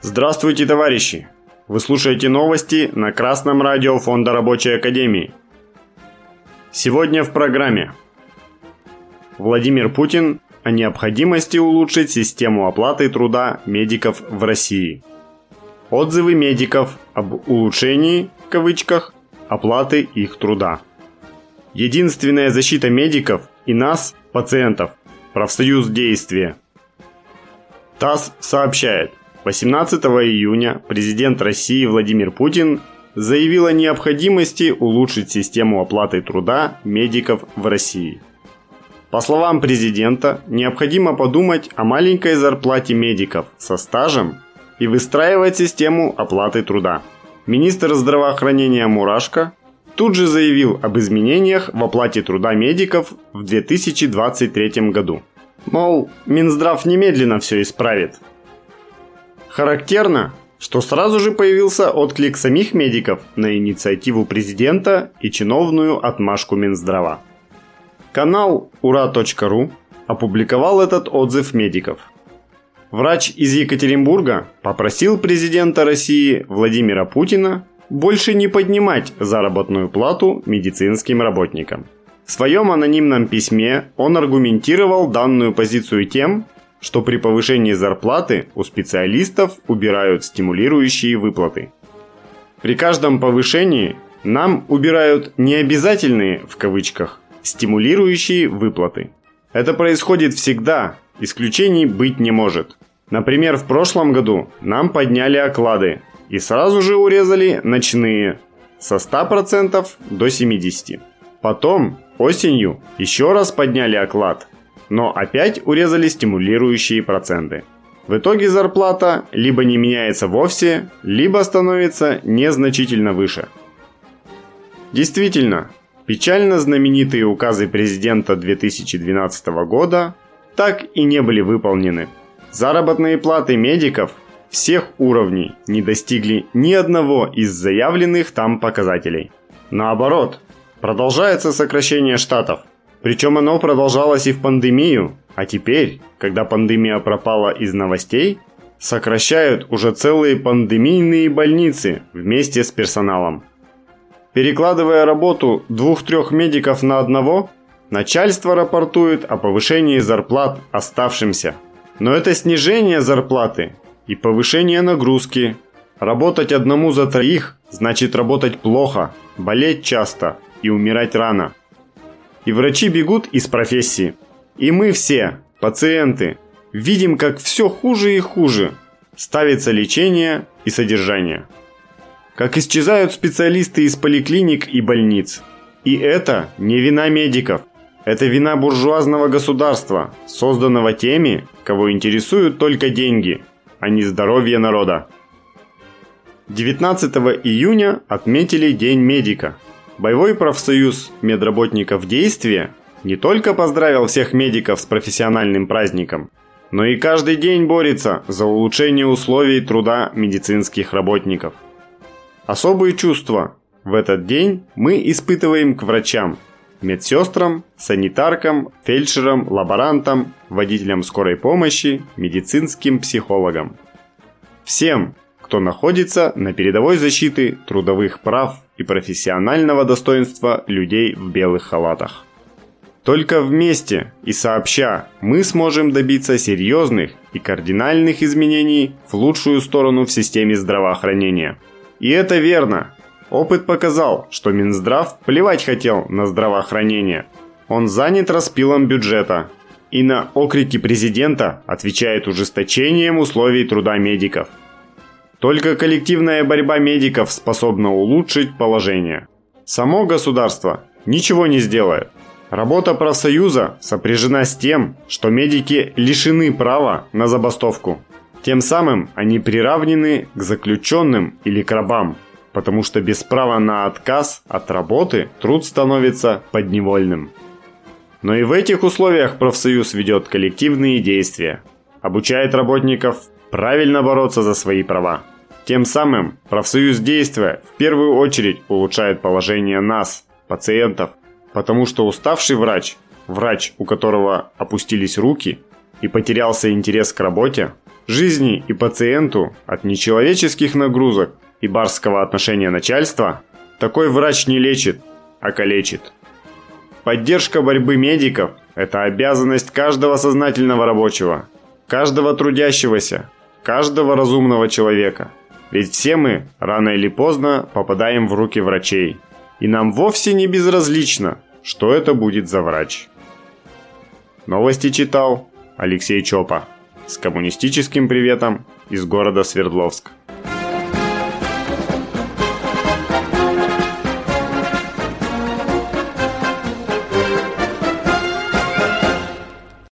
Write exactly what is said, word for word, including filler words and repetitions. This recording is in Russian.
Здравствуйте, товарищи! Вы слушаете новости на Красном радио Фонда Рабочей Академии. Сегодня в программе Владимир Путин о необходимости улучшить систему оплаты труда медиков в России. Отзывы медиков об улучшении, в кавычках, оплаты их труда. Единственная защита медиков и нас, пациентов, профсоюз действия. ТАСС сообщает, восемнадцатого июня президент России Владимир Путин заявил о необходимости улучшить систему оплаты труда медиков в России. По словам президента, необходимо подумать о маленькой зарплате медиков со стажем и выстраивать систему оплаты труда. Министр здравоохранения Мурашко тут же заявил об изменениях в оплате труда медиков в две тысячи двадцать третьем году. Мол, Минздрав немедленно все исправит. Характерно, что сразу же появился отклик самих медиков на инициативу президента и чиновную отмашку Минздрава. Канал ура точка ру опубликовал этот отзыв медиков. Врач из Екатеринбурга попросил президента России Владимира Путина больше не поднимать заработную плату медицинским работникам. В своем анонимном письме он аргументировал данную позицию тем, что при повышении зарплаты у специалистов убирают стимулирующие выплаты. При каждом повышении нам убирают необязательные, в кавычках, стимулирующие выплаты. Это происходит всегда, исключений быть не может. Например, в прошлом году нам подняли оклады и сразу же урезали ночные со ста процентов до семидесяти процентов. Потом, осенью, еще раз подняли оклад, но опять урезали стимулирующие проценты. В итоге зарплата либо не меняется вовсе, либо становится незначительно выше. Действительно, печально знаменитые указы президента две тысячи двенадцатого года так и не были выполнены. Заработные платы медиков всех уровней не достигли ни одного из заявленных там показателей. Наоборот, продолжается сокращение штатов. Причем оно продолжалось и в пандемию, а теперь, когда пандемия пропала из новостей, сокращают уже целые пандемийные больницы вместе с персоналом. Перекладывая работу двух-трех медиков на одного, начальство рапортует о повышении зарплат оставшимся. Но это снижение зарплаты и повышение нагрузки. Работать одному за троих значит работать плохо, болеть часто и умирать рано. И врачи бегут из профессии. И мы все, пациенты, видим, как все хуже и хуже ставится лечение и содержание. Как исчезают специалисты из поликлиник и больниц. И это не вина медиков. Это вина буржуазного государства, созданного теми, кого интересуют только деньги, а не здоровье народа. девятнадцатого июня отметили День медика. Боевой профсоюз медработников действия не только поздравил всех медиков с профессиональным праздником, но и каждый день борется за улучшение условий труда медицинских работников. Особые чувства в этот день мы испытываем к врачам, медсестрам, санитаркам, фельдшерам, лаборантам, водителям скорой помощи, медицинским психологам. Всем, кто находится на передовой защиты трудовых прав и профессионального достоинства людей в белых халатах. Только вместе и сообща мы сможем добиться серьезных и кардинальных изменений в лучшую сторону в системе здравоохранения. И это верно. Опыт показал, что Минздрав плевать хотел на здравоохранение. Он занят распилом бюджета и на окрики президента отвечает ужесточением условий труда медиков. Только коллективная борьба медиков способна улучшить положение. Само государство ничего не сделает. Работа профсоюза сопряжена с тем, что медики лишены права на забастовку. Тем самым они приравнены к заключенным или к рабам, потому что без права на отказ от работы труд становится подневольным. Но и в этих условиях профсоюз ведет коллективные действия, обучает работников правильно бороться за свои права. Тем самым профсоюз действия в первую очередь улучшает положение нас, пациентов, потому что уставший врач, врач, у которого опустились руки и потерялся интерес к работе, жизни и пациенту от нечеловеческих нагрузок и барского отношения начальства, такой врач не лечит, а калечит. Поддержка борьбы медиков – это обязанность каждого сознательного рабочего, каждого трудящегося, каждого разумного человека. Ведь все мы рано или поздно попадаем в руки врачей. И нам вовсе не безразлично, что это будет за врач. Новости читал Алексей Чопа. С коммунистическим приветом из города Свердловск.